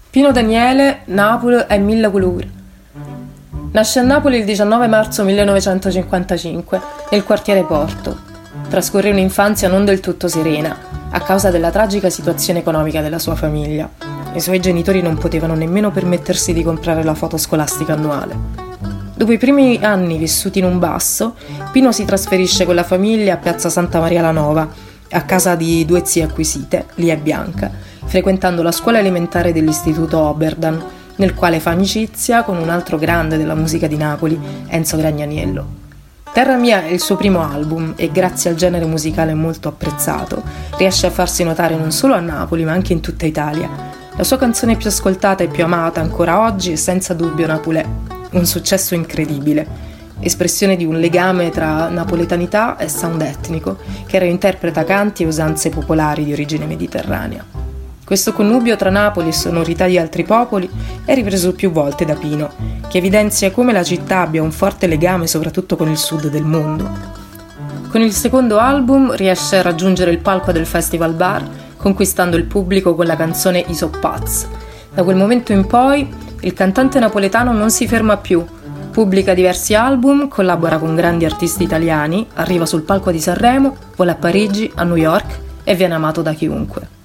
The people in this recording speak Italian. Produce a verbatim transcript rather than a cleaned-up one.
Pino Daniele, Napoli è mille colori. Nasce a Napoli il diciannove marzo millenovecentocinquantacinque, nel quartiere Porto. Trascorre un'infanzia non del tutto serena, a causa della tragica situazione economica della sua famiglia. I suoi genitori non potevano nemmeno permettersi di comprare la foto scolastica annuale. Dopo i primi anni vissuti in un basso, Pino si trasferisce con la famiglia a Piazza Santa Maria la Nova, a casa di due zie acquisite, Lia e Bianca, frequentando la scuola elementare dell'istituto Oberdan, nel quale fa amicizia con un altro grande della musica di Napoli, Enzo Gragnaniello. Terra Mia è il suo primo album e grazie al genere musicale molto apprezzato riesce a farsi notare non solo a Napoli ma anche in tutta Italia. La sua canzone più ascoltata e più amata ancora oggi è senza dubbio Napolè, un successo incredibile, espressione di un legame tra napoletanità e sound etnico che reinterpreta canti e usanze popolari di origine mediterranea. Questo connubio tra Napoli e sonorità di altri popoli è ripreso più volte da Pino, che evidenzia come la città abbia un forte legame soprattutto con il sud del mondo. Con il secondo album riesce a raggiungere il palco del Festival Bar, conquistando il pubblico con la canzone I So Paz. Da quel momento in poi il cantante napoletano non si ferma più, pubblica diversi album, collabora con grandi artisti italiani, arriva sul palco di Sanremo, vola a Parigi, a New York e viene amato da chiunque.